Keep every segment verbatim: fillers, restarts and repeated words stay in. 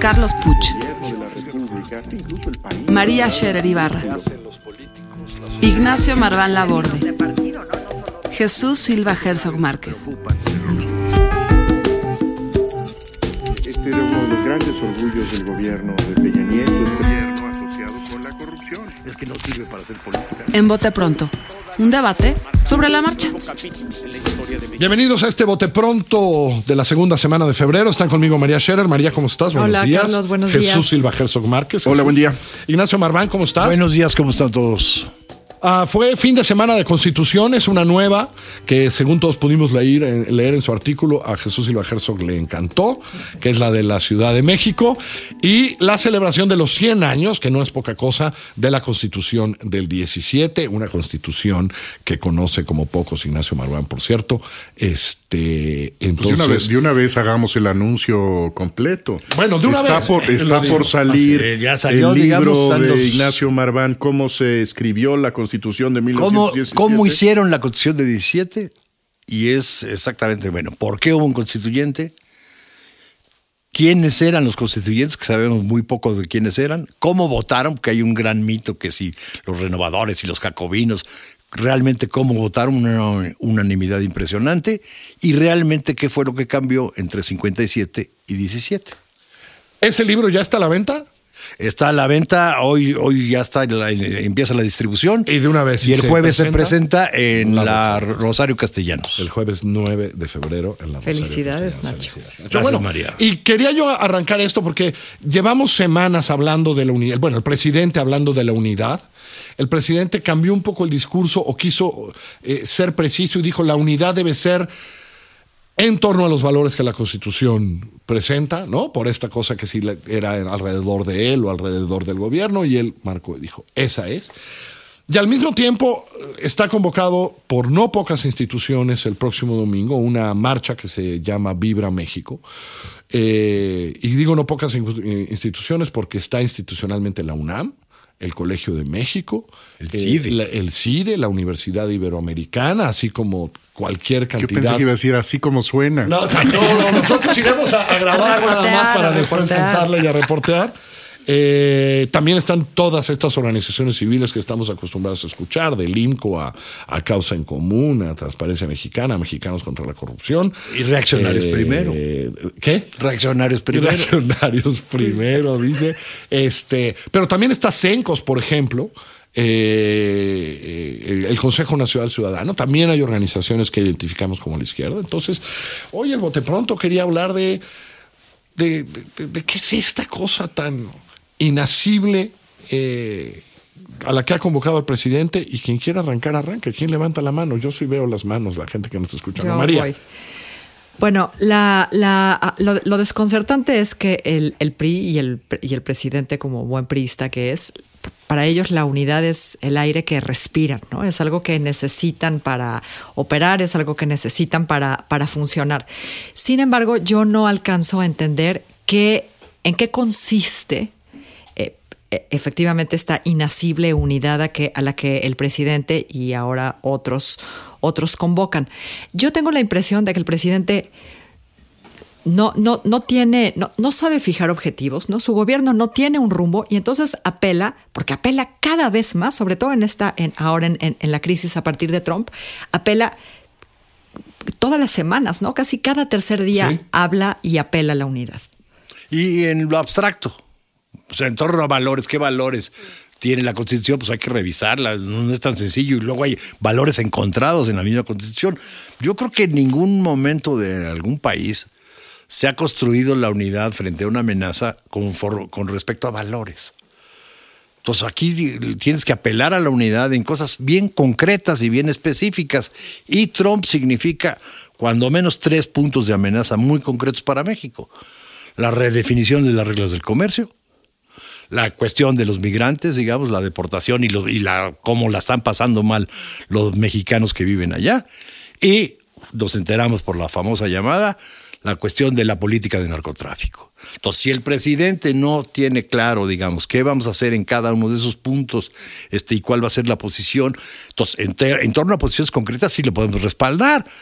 Carlos Puch, María Scherer Ibarra, Ignacio Marván Laborde, Jesús Silva Herzog Márquez. Este era uno de los grandes orgullos del gobierno de Peña Nieto, este gobierno asociado con la corrupción. Es que no sirve para hacer política. En Bote Pronto, un debate sobre la marcha. Bienvenidos a este Bote Pronto de la segunda semana de febrero. Están conmigo María Scherer. María, ¿cómo estás? Buenos Hola, días. Carlos, buenos Jesús días. Silva Herzog Márquez. Hola, Jesús. buen día. Ignacio Marván, ¿cómo estás? Buenos días, ¿cómo están todos? Ah, fue fin de semana de Constituciones, una nueva que según todos pudimos leer en, leer en su artículo, a Jesús Silva Herzog le encantó, que es la de la Ciudad de México, y la celebración de los cien años, que no es poca cosa, de la Constitución del diecisiete, una Constitución que conoce como pocos Ignacio Marván, por cierto. Este, entonces, Pues de, una vez, de una vez hagamos el anuncio completo. Bueno, de una está vez. Por, está Lo digo. por salir Así es, ya salió, el libro digamos, están de los- Ignacio Marván, cómo se escribió la Constitución de mil ¿Cómo, novecientos diecisiete. ¿Cómo hicieron la Constitución de diecisiete? Y es exactamente, bueno, ¿por qué hubo un constituyente? ¿Quiénes eran los constituyentes? Que sabemos muy poco de quiénes eran. ¿Cómo votaron? Porque hay un gran mito que si los renovadores y los jacobinos, realmente cómo votaron, una unanimidad impresionante. Y realmente qué fue lo que cambió entre cincuenta y siete y diecisiete. ¿Ese libro ya está a la venta? Está a la venta, hoy, hoy ya está, la- empieza la distribución. Y de una vez. Y el se jueves se presenta presenta en la la Rosario. Rosario Castellanos. El jueves nueve de febrero en la Rosario Felicidades, Castellanos. Nacho. Felicidades, Nacho. Gracias, Bueno, María. y quería yo arrancar esto porque llevamos semanas hablando de la unidad. Bueno, el presidente hablando de la unidad. El presidente cambió un poco el discurso o quiso eh, ser preciso y dijo la unidad debe ser en torno a los valores que la Constitución presenta, ¿no? Por esta cosa que sí era alrededor de él o alrededor del gobierno, y él marcó y dijo, esa es. Y al mismo tiempo está convocado por no pocas instituciones el próximo domingo una marcha que se llama Vibra México. Eh, y digo no pocas instituciones porque está institucionalmente la UNAM, el Colegio de México, El CIDE. eh, la, el CIDE, la Universidad Iberoamericana, así como cualquier Yo cantidad. pensé que iba a decir así como suena. No, no, no, nosotros iremos a, a grabar A nada más reportear, para a después reportear. contarle y a reportear. Eh, también están todas estas organizaciones civiles que estamos acostumbrados a escuchar, del I M C O a, a Causa en Común, a Transparencia Mexicana, a Mexicanos contra la Corrupción. Y Reaccionarios Primero. ¿Qué? Reaccionarios primero. Reaccionarios primero, dice. Este, pero también está CENCOS, por ejemplo, eh, eh, el Consejo Nacional Ciudadano. También hay organizaciones que identificamos como la izquierda. Entonces, hoy el Bote Pronto quería hablar de, de, de, de, de qué es esta cosa tan inasible eh, a la que ha convocado el presidente, y quien quiera arrancar, arranque. ¿Quién levanta la mano? Yo sí veo las manos, la gente que nos está escuchando. Yo María. voy. Bueno, la, la, lo, lo desconcertante es que el, el P R I y el, y el presidente, como buen priista que es, para ellos la unidad es el aire que respiran, ¿no? Es algo que necesitan para operar, es algo que necesitan para, para funcionar. Sin embargo, yo no alcanzo a entender qué, en qué consiste eh, eh, efectivamente esta inasible unidad a, que, a la que el presidente y ahora otros, otros convocan. Yo tengo la impresión de que el presidente no, no, no tiene, no, no sabe fijar objetivos, ¿no? Su gobierno no tiene un rumbo y entonces apela, porque apela cada vez más, sobre todo en esta, en, ahora en, en, en la crisis a partir de Trump, apela todas las semanas, ¿no? Casi cada tercer día Sí. habla y apela a la unidad. Y en lo abstracto, o sea, en torno a valores, ¿qué valores tiene la Constitución? Pues hay que revisarla, no es tan sencillo. Y luego hay valores encontrados en la misma Constitución. Yo creo que en ningún momento de algún país se ha construido la unidad frente a una amenaza con, for- con respecto a valores. Entonces aquí tienes que apelar a la unidad en cosas bien concretas y bien específicas. Y Trump significa cuando menos tres puntos de amenaza muy concretos para México. La redefinición de las reglas del comercio, la cuestión de los migrantes, digamos, la deportación y, los, y la, cómo la están pasando mal los mexicanos que viven allá. Y nos enteramos por la famosa llamada, la cuestión de la política de narcotráfico. Entonces, si el presidente no tiene claro, digamos, qué vamos a hacer en cada uno de esos puntos este, y cuál va a ser la posición, entonces, en, te, en torno a posiciones concretas sí lo podemos respaldar.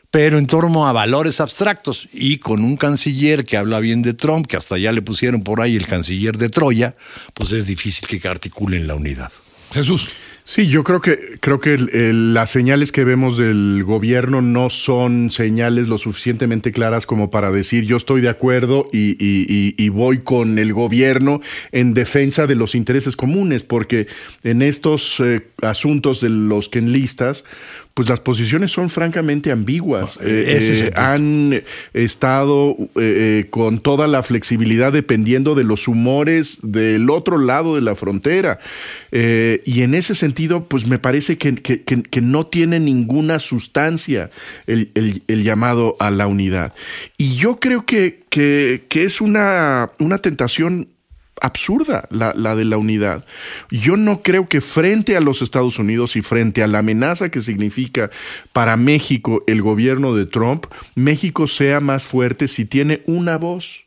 pero en torno a valores abstractos y con un canciller que habla bien de Trump, que hasta ya le pusieron por ahí el canciller de Troya, pues es difícil que articulen la unidad. Jesús. Sí, yo creo que creo que el, el, las señales que vemos del gobierno no son señales lo suficientemente claras como para decir yo estoy de acuerdo y, y, y, y voy con el gobierno en defensa de los intereses comunes, porque en estos eh, asuntos de los que enlistas, pues las posiciones son francamente ambiguas. Eh, eh, han estado eh, eh, con toda la flexibilidad dependiendo de los humores del otro lado de la frontera. Eh, y en ese sentido, pues me parece que, que, que, que no tiene ninguna sustancia el, el, el llamado a la unidad. Y yo creo que, que, que es una, una tentación absurda la, la de la unidad. Yo no creo que frente a los Estados Unidos y frente a la amenaza que significa para México el gobierno de Trump, México sea más fuerte si tiene una voz.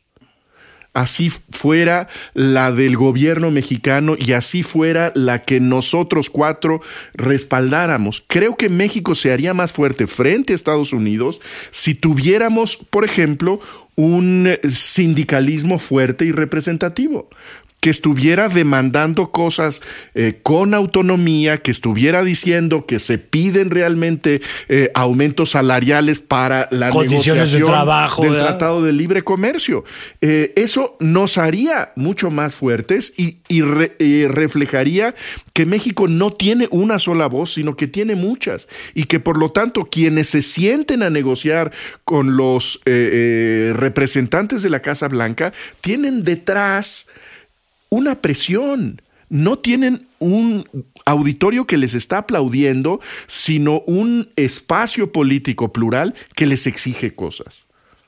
Así fuera la del gobierno mexicano y así fuera la que nosotros cuatro respaldáramos. Creo que México se haría más fuerte frente a Estados Unidos si tuviéramos, por ejemplo, un sindicalismo fuerte y representativo, que estuviera demandando cosas eh, con autonomía, que estuviera diciendo que se piden realmente eh, aumentos salariales para la condiciones negociación de trabajo, del ¿verdad? Tratado de Libre Comercio. Eh, eso nos haría mucho más fuertes y, y, re, y reflejaría que México no tiene una sola voz, sino que tiene muchas, y que por lo tanto quienes se sienten a negociar con los eh, eh, representantes de la Casa Blanca tienen detrás una presión. No tienen un auditorio que les está aplaudiendo, sino un espacio político plural que les exige cosas.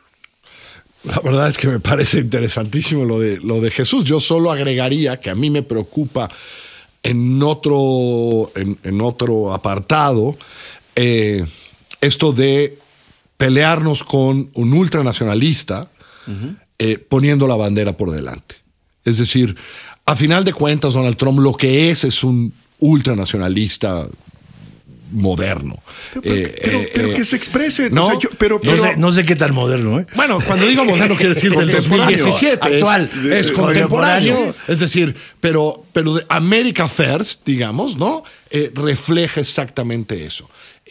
La verdad es que me parece interesantísimo lo de, lo de Jesús. Yo solo agregaría que a mí me preocupa en otro, en, en otro apartado eh, esto de pelearnos con un ultranacionalista uh-huh. eh, poniendo la bandera por delante. Es decir, a final de cuentas, Donald Trump lo que es es un ultranacionalista moderno. Pero, pero, eh, pero, eh, pero eh, que se exprese. ¿no? O sea, yo, pero, No, pero, sé, no sé qué tan moderno, ¿eh? Bueno, cuando digo moderno quiere decir del dos mil diecisiete. Actual. Es, es contemporáneo. contemporáneo. Es decir, pero, pero de America First, digamos, ¿no? Eh, refleja exactamente eso.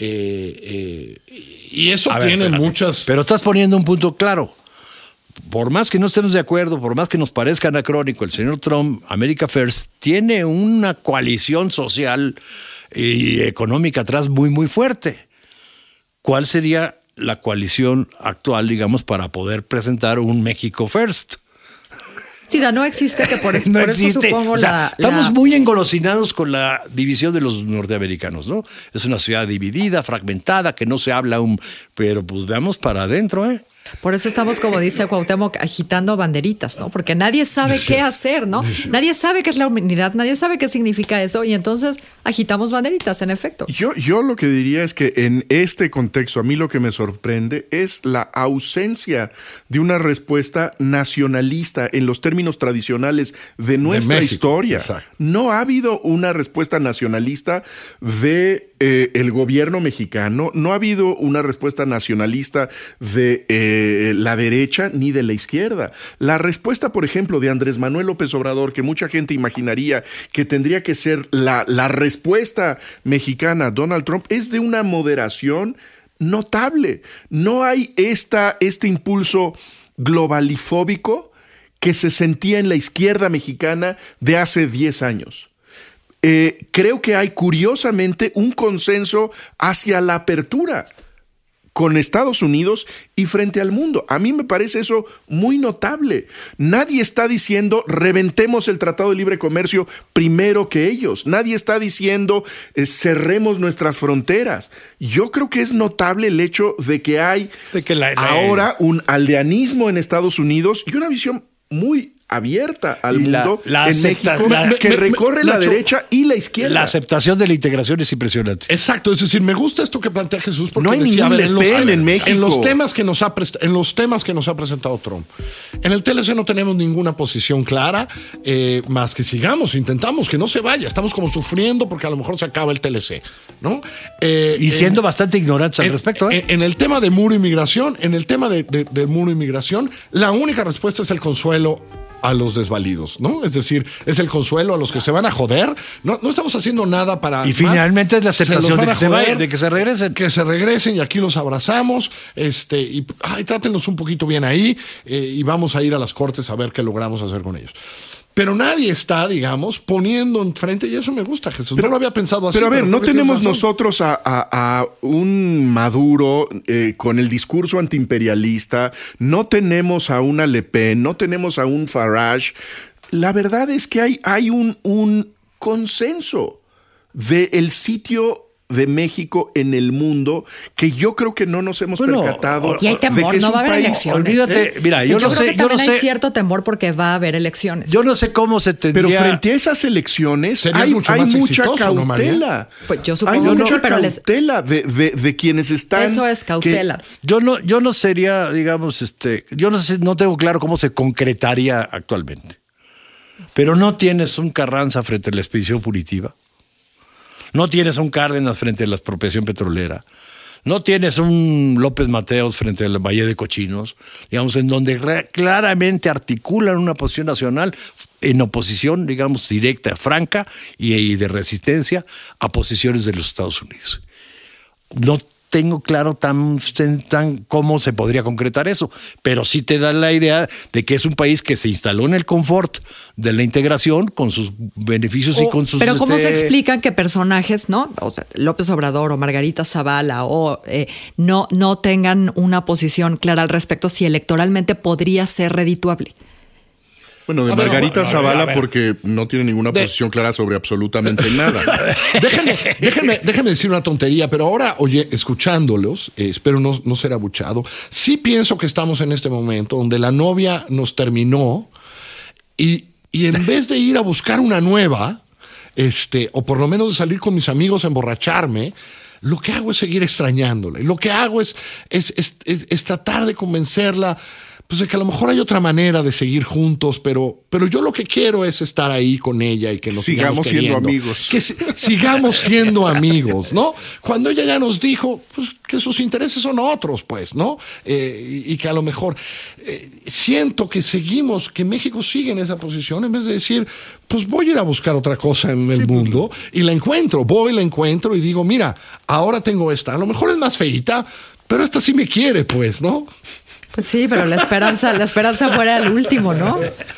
Eh, eh, y eso A ver, tiene espérate. muchas... Pero estás poniendo un punto claro. Por más que no estemos de acuerdo, por más que nos parezca anacrónico, el señor Trump, America First, tiene una coalición social y económica atrás muy, muy fuerte. ¿Cuál sería la coalición actual, digamos, para poder presentar un México First? Sí, no existe, que por eso, No por existe. eso supongo O sea, la, estamos la... muy engolosinados con la división de los norteamericanos, ¿no? Es una ciudad dividida, fragmentada, que no se habla un... Pero pues veamos para adentro, ¿eh? Por eso estamos, como dice Cuauhtémoc, agitando banderitas, ¿no? Porque nadie sabe qué hacer, ¿no? Nadie sabe qué es la unidad, nadie sabe qué significa eso, y entonces agitamos banderitas, en efecto. Yo, yo lo que diría es que en este contexto, a mí lo que me sorprende es la ausencia de una respuesta nacionalista en los términos tradicionales de nuestra de México, historia. exacto. No ha habido una respuesta nacionalista de eh, el gobierno mexicano, no ha habido una respuesta nacionalista de eh, la derecha ni de la izquierda. La respuesta, por ejemplo, de Andrés Manuel López Obrador, que mucha gente imaginaría que tendría que ser la, la respuesta mexicana a Donald Trump, es de una moderación notable. No hay esta, este impulso globalifóbico que se sentía en la izquierda mexicana de hace diez años. Eh, creo que hay curiosamente un consenso hacia la apertura con Estados Unidos y frente al mundo. A mí me parece eso muy notable. Nadie está diciendo reventemos el Tratado de Libre Comercio primero que ellos. Nadie está diciendo eh, cerremos nuestras fronteras. Yo creo que es notable el hecho de que hay De que la- la- ahora un aldeanismo en Estados Unidos y una visión muy abierta al Y la- mundo la en acepta- México la- que me- me- recorre la Nacho, derecha y la izquierda. La aceptación de la integración es impresionante. Exacto, es decir, me gusta esto que plantea Jesús porque No hay decía, ningún a ver, en, los, Le Pen en México. en los temas que nos ha prest- en los temas que nos ha presentado Trump. En el T L C no tenemos ninguna posición clara, eh, más que sigamos, intentamos que no se vaya. Estamos como sufriendo porque a lo mejor se acaba el T L C, ¿no? Eh, Y siendo en- bastante ignorantes al en, respecto. ¿eh? en- en el tema de muro inmigración, en el tema de, de- del muro inmigración, la única respuesta es el consuelo a los desvalidos, ¿no? Es decir, es el consuelo a los que se van a joder. No, no estamos haciendo nada para. Y más. finalmente es la Se los aceptación van de a que se joder, vayan, de que se regresen. Que se regresen y aquí los abrazamos. Este, y ay, trátenlos un poquito bien ahí, eh, y vamos a ir a las cortes a ver qué logramos hacer con ellos. Pero nadie está, digamos, poniendo enfrente, y eso me gusta, Jesús. Pero- no lo había pensado así. Pero a ver, no creo que tienes tenemos razón. nosotros a, a- a un Maduro eh, con el discurso antiimperialista, no tenemos a una Le Pen, no tenemos a un Farage. La verdad es que hay, hay un, un consenso del sitio de México en el mundo que yo creo que no nos hemos Bueno, percatado. Y hay temor, de que es no va a un haber país- elecciones. Olvídate, mira, yo, Yo, no creo sé, que yo no también hay sé, cierto temor porque va a haber elecciones. yo no sé cómo se Pero tendría. frente a esas elecciones Serías hay, mucho hay más mucha exitoso, ¿no, María? cautela. Pues yo supongo hay que mucha sí, pero les- cautela de, de, de quienes están. Eso es cautela. que- Yo no, yo no sería, digamos, este, yo no sé, no tengo claro cómo se concretaría actualmente. Pero no tienes un Carranza frente a la expedición punitiva. No tienes un Cárdenas frente a la expropiación petrolera. No tienes un López Mateos frente al Valle de Cochinos, digamos, en donde re- claramente articulan una posición nacional en oposición, digamos, directa, franca y, y de resistencia a posiciones de los Estados Unidos. No tengo claro tan, tan cómo se podría concretar eso, pero sí te da la idea de que es un país que se instaló en el confort de la integración con sus beneficios y O- con sus... pero ¿cómo se este, explican que personajes, ¿no? O sea, López Obrador o Margarita Zavala o eh, no, no tengan una posición clara al respecto si electoralmente podría ser redituable? Bueno, de A ver, Margarita a ver, a Zavala ver. porque no tiene ninguna De- posición clara sobre absolutamente nada. Déjenme, déjenme, déjenme decir una tontería, pero ahora, oye, escuchándolos, eh, espero no, no ser abuchado, sí pienso que estamos en este momento donde la novia nos terminó y, y en vez de ir a buscar una nueva, este, o por lo menos de salir con mis amigos a emborracharme, lo que hago es seguir extrañándole. Lo que hago es, es, es, es, es tratar de convencerla, pues de que a lo mejor hay otra manera de seguir juntos, pero, pero yo lo que quiero es estar ahí con ella y que nos Sigamos siendo queriendo. amigos. Que si- sigamos siendo amigos, ¿no? Cuando ella ya nos dijo, pues que sus intereses son otros, pues, ¿no? Eh, y, y que a lo mejor eh, siento que seguimos, que México sigue en esa posición, en vez de decir, pues voy a ir a buscar otra cosa en el mundo y la encuentro, voy, la encuentro y digo, mira, ahora tengo esta, a lo mejor es más feíta, pero esta sí me quiere, pues, ¿no? Pues sí, pero la esperanza, la esperanza fuera el último, ¿no?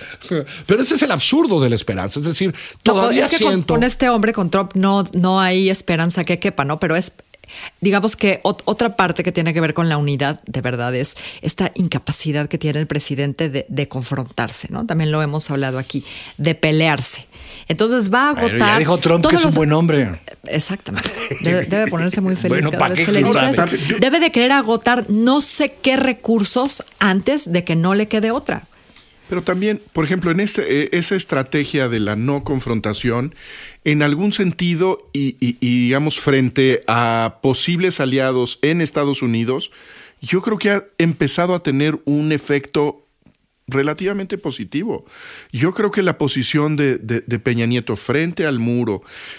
Pero ese es el absurdo de la esperanza, es decir, todavía no, es que con- siento... con, este hombre, con Trump, no, no hay esperanza que quepa, ¿no? Pero es, digamos que ot- otra parte que tiene que ver con la unidad, de verdad, es esta incapacidad que tiene el presidente de, de confrontarse, ¿no? También lo hemos hablado aquí, de pelearse. Entonces va a agotar... Bueno, ya dijo Trump que todos es un los- buen hombre. Exactamente. Debe, debe ponerse muy feliz Bueno, cada ¿para vez qué que le dice quitar? eso. Debe de querer agotar no sé qué recursos antes de que no le quede otra. Pero también, por ejemplo, en este, eh, esa estrategia de la no confrontación, en algún sentido, y, y- y, digamos, frente a posibles aliados en Estados Unidos, yo creo que ha empezado a tener un efecto relativamente positivo. Yo creo que la posición de, de- de Peña Nieto frente al muro,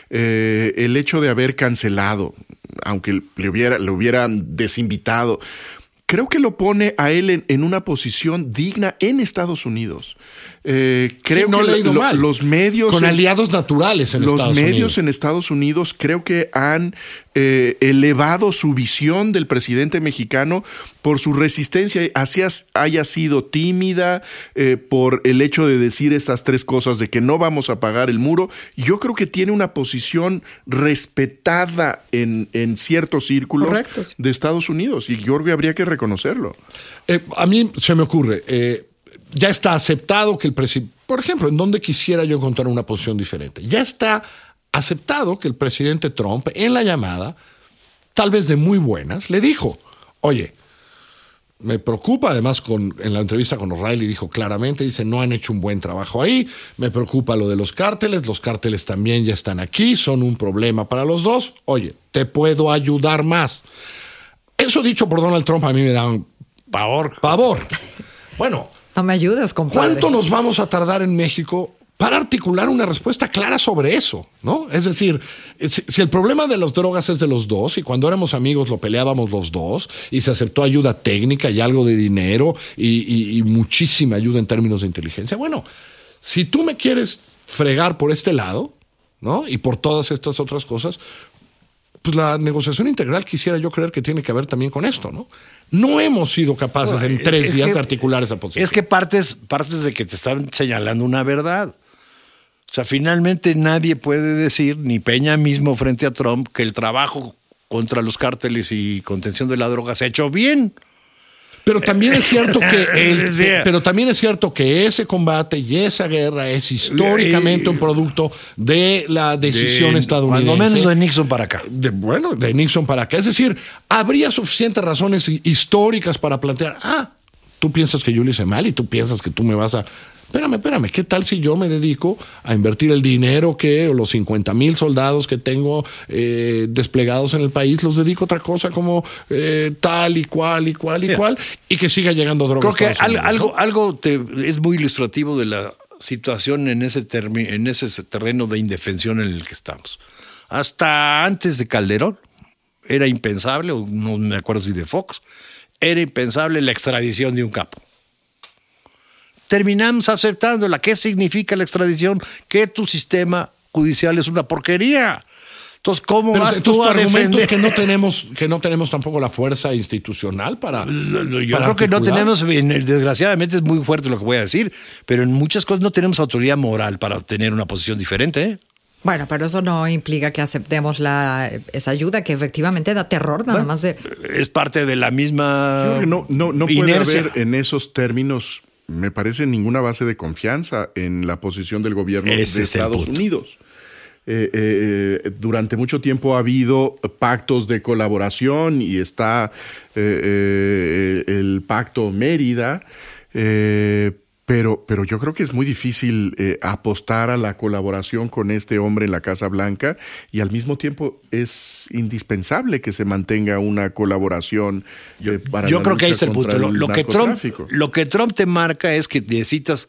eh, el hecho de haber cancelado, aunque le, hubiera, le hubieran desinvitado, creo que lo pone a él en, en una posición digna en Estados Unidos. Eh, creo Sí, no que le ha ido lo- mal. los medios... Con en- aliados naturales en los Estados medios Unidos. en Estados Unidos creo que han eh, elevado su visión del presidente mexicano por su resistencia, así as- haya sido tímida, eh, por el hecho de decir estas tres cosas de que no vamos a pagar el muro. Yo creo que tiene una posición respetada en, en ciertos círculos Correctos. de Estados Unidos y yo creo que habría que reconocerlo. Eh, a mí se me ocurre, eh, ya está aceptado que el presidente, por ejemplo, en donde quisiera yo encontrar una posición diferente, ya está aceptado que el presidente Trump en la llamada, tal vez de muy buenas, le dijo, oye, Me preocupa, además, con, en la entrevista con O'Reilly dijo claramente, dice, no han hecho un buen trabajo ahí. Me preocupa lo de los cárteles. Los cárteles también ya están aquí, son un problema para los dos. Oye, te puedo ayudar más. Eso dicho por Donald Trump a mí me da un pavor. Pavor. Bueno. No me ayudes, compadre. ¿Cuánto nos vamos a tardar en México para articular una respuesta clara sobre eso, ¿no? Es decir, si, si el problema de las drogas es de los dos y cuando éramos amigos lo peleábamos los dos y se aceptó ayuda técnica y algo de dinero y, y, y muchísima ayuda en términos de inteligencia, bueno, si tú me quieres fregar por este lado, ¿no? Y por todas estas otras cosas, pues la negociación integral quisiera yo creer que tiene que ver también con esto, ¿no? No hemos sido capaces bueno, en tres es, es días que, de articular esa posición. Es que partes, partes de que te están señalando una verdad. O sea, finalmente nadie puede decir, ni Peña mismo frente a Trump, que el trabajo contra los cárteles y contención de la droga se ha hecho bien. Pero también es cierto que el, pero también es cierto que ese combate y esa guerra es históricamente un producto de la decisión de, estadounidense. Cuando menos de Nixon para acá. De, bueno, de Nixon para acá. Es decir, habría suficientes razones históricas para plantear, ah, tú piensas que yo lo hice mal y tú piensas que tú me vas a... Espérame, espérame, ¿qué tal si yo me dedico a invertir el dinero que, o los cincuenta mil soldados que tengo eh, desplegados en el país, los dedico a otra cosa como eh, tal y cual y cual y Mira, cual, y que siga llegando drogas? Creo que Unidos, algo, ¿no? algo te, es muy ilustrativo de la situación en ese, termi, en ese terreno de indefensión en el que estamos. Hasta antes de Calderón era impensable, o no me acuerdo si de Fox, era impensable la extradición de un capo. Terminamos aceptándola. ¿Qué significa la extradición? Que tu sistema judicial es una porquería. Entonces, ¿cómo Pero vas tú a defender? Que no tenemos, que no tenemos tampoco la fuerza institucional para. Yo para creo articular. que no tenemos, desgraciadamente es muy fuerte lo que voy a decir, pero en muchas cosas no tenemos autoridad moral para tener una posición diferente, ¿eh? Bueno, pero eso no implica que aceptemos la, esa ayuda que efectivamente da terror, nada bueno, más de. Es parte de la misma. Yo creo que no, no, no puede inercia. haber en esos términos. Me parece ninguna base de confianza en la posición del gobierno Ese de Estados Unidos. Eh, eh, durante mucho tiempo ha habido pactos de colaboración y está eh, eh, el pacto Mérida, eh, pero, pero yo creo que es muy difícil eh, apostar a la colaboración con este hombre en la Casa Blanca y al mismo tiempo es indispensable que se mantenga una colaboración yo, eh, para yo la creo que ahí lucha es el punto. contra Lo, el lo, que Trump, narcotráfico. lo que Trump te marca es que necesitas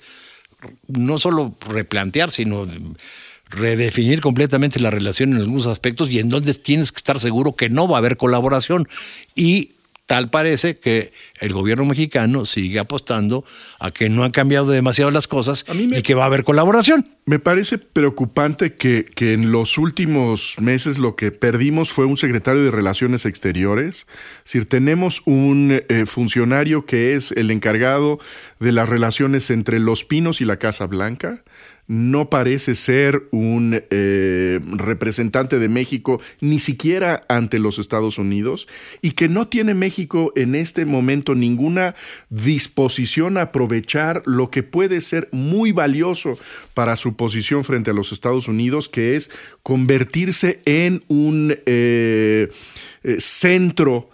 no solo replantear, sino redefinir completamente la relación en algunos aspectos y en donde tienes que estar seguro que no va a haber colaboración. Y tal parece que el gobierno mexicano sigue apostando a que no han cambiado demasiado las cosas a mí me, y que va a haber colaboración. Me parece preocupante que, que en los últimos meses lo que perdimos fue un secretario de Relaciones Exteriores. Es decir, tenemos un eh, funcionario que es el encargado de las relaciones entre Los Pinos y la Casa Blanca. No parece ser un eh, representante de México ni siquiera ante los Estados Unidos y que no tiene México en este momento ninguna disposición a aprovechar lo que puede ser muy valioso para su posición frente a los Estados Unidos, que es convertirse en un eh, eh, centro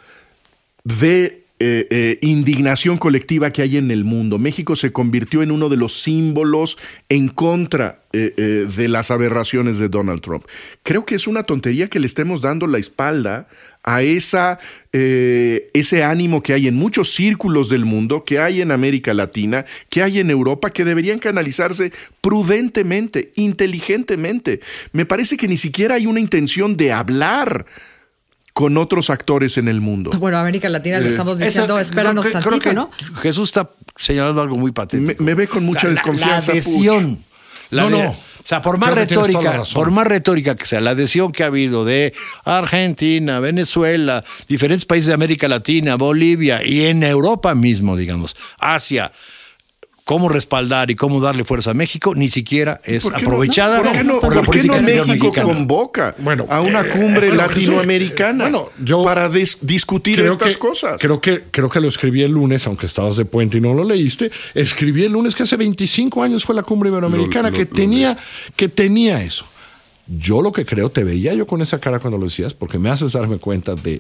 de Eh, eh, indignación colectiva que hay en el mundo. México se convirtió en uno de los símbolos en contra eh, eh, de las aberraciones de Donald Trump. Creo que es una tontería que le estemos dando la espalda a esa, eh, ese ánimo que hay en muchos círculos del mundo, que hay en América Latina, que hay en Europa, que deberían canalizarse prudentemente, inteligentemente. Me parece que ni siquiera hay una intención de hablar con otros actores en el mundo. Bueno, a América Latina le estamos diciendo, Esa, espéranos creo que, tantito, creo que ¿no? Jesús está señalando algo muy patético. Me, me ve con mucha o sea, desconfianza. La, la adhesión. La no, de, no. O sea, por más retórica, por más retórica que sea, la adhesión que ha habido de Argentina, Venezuela, diferentes países de América Latina, Bolivia y en Europa mismo, digamos, hacia cómo respaldar y cómo darle fuerza a México, ni siquiera es aprovechada no, no, ¿por qué no, por ¿por la qué política no exterior México mexicana? Convoca bueno, a una eh, cumbre bueno, latinoamericana Jesús, bueno, yo para dis- discutir creo estas que, cosas? Creo que, creo que lo escribí el lunes, aunque estabas de puente y no lo leíste. Escribí el lunes que hace veinticinco años fue la cumbre iberoamericana lo, lo, que, lo tenía, que tenía eso. Yo lo que creo, te veía yo con esa cara cuando lo decías, porque me haces darme cuenta de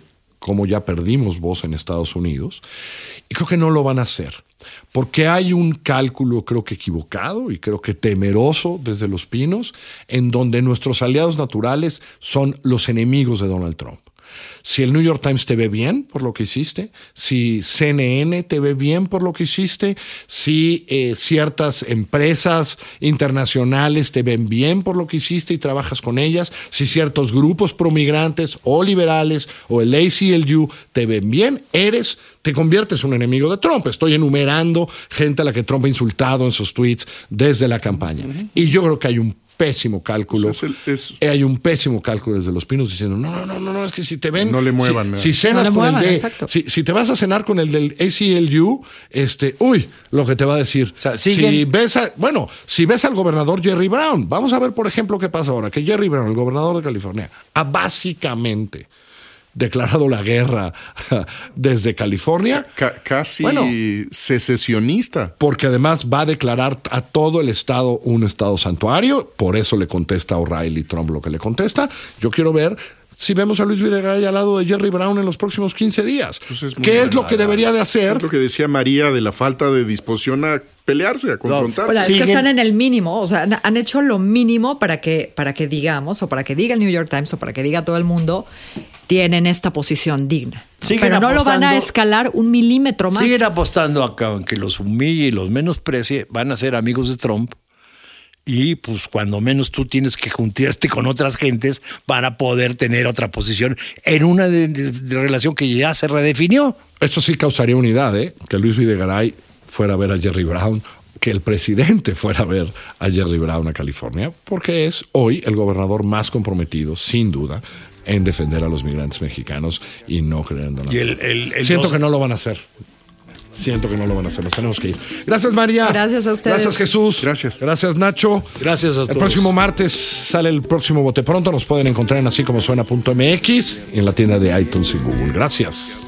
cómo ya perdimos voz en Estados Unidos. Y creo que no lo van a hacer. Porque hay un cálculo, creo que equivocado y creo que temeroso desde Los Pinos, en donde nuestros aliados naturales son los enemigos de Donald Trump. Si el New York Times te ve bien por lo que hiciste, si C N N te ve bien por lo que hiciste, si eh, ciertas empresas internacionales te ven bien por lo que hiciste y trabajas con ellas, si ciertos grupos promigrantes o liberales o el A C L U te ven bien, eres, te conviertes en un enemigo de Trump. Estoy enumerando gente a la que Trump ha insultado en sus tweets desde la campaña. Uh-huh. Y yo creo que hay un pésimo cálculo. Pues es el, es... Hay un pésimo cálculo desde Los Pinos diciendo, no, no, no, no, es que si te ven... No le muevan. Si, si cenas no con muevan, el de... Si, si te vas a cenar con el del A C L U, este, uy, lo que te va a decir. O sea, si ves a, bueno, si ves al gobernador Jerry Brown, vamos a ver, por ejemplo, qué pasa ahora, que Jerry Brown, el gobernador de California, ha básicamente declarado la guerra desde California. C- casi bueno, secesionista. Porque además va a declarar a todo el estado un estado santuario. Por eso le contesta a O'Reilly Trump lo que le contesta. Yo quiero ver si vemos a Luis Videgaray al lado de Jerry Brown en los próximos quince días. Pues es ¿Qué es lo que debería de hacer? Es lo que decía María de la falta de disposición a pelearse, a confrontarse. O sea, es que están en el mínimo, o sea, han, han hecho lo mínimo para que, para que digamos, o para que diga el New York Times, o para que diga todo el mundo, tienen esta posición digna. Siguen Pero no apostando, lo van a escalar un milímetro más. Siguen apostando a que aunque los humille y los menosprecie, van a ser amigos de Trump. Y pues cuando menos tú tienes que juntarte con otras gentes para poder tener otra posición en una de, de, de relación que ya se redefinió. Esto sí causaría unidad, ¿eh? Que Luis Videgaray fuera a ver a Jerry Brown, que el presidente fuera a ver a Jerry Brown a California, porque es hoy el gobernador más comprometido, sin duda, en defender a los migrantes mexicanos y no creer en Donald Trump. El, el, el Siento dos... que no lo van a hacer. Siento que no lo van a hacer, nos tenemos que ir. Gracias, María. Gracias a ustedes. Gracias, Jesús. Gracias. Gracias, Nacho. Gracias a todos. El próximo martes sale el próximo Bote Pronto. Nos pueden encontrar en así como suena punto m x y en la tienda de iTunes y Google. Gracias.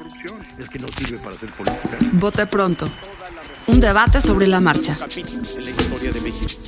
Es que no sirve para hacer política. Bote Pronto. Un debate sobre la marcha. En la historia de México.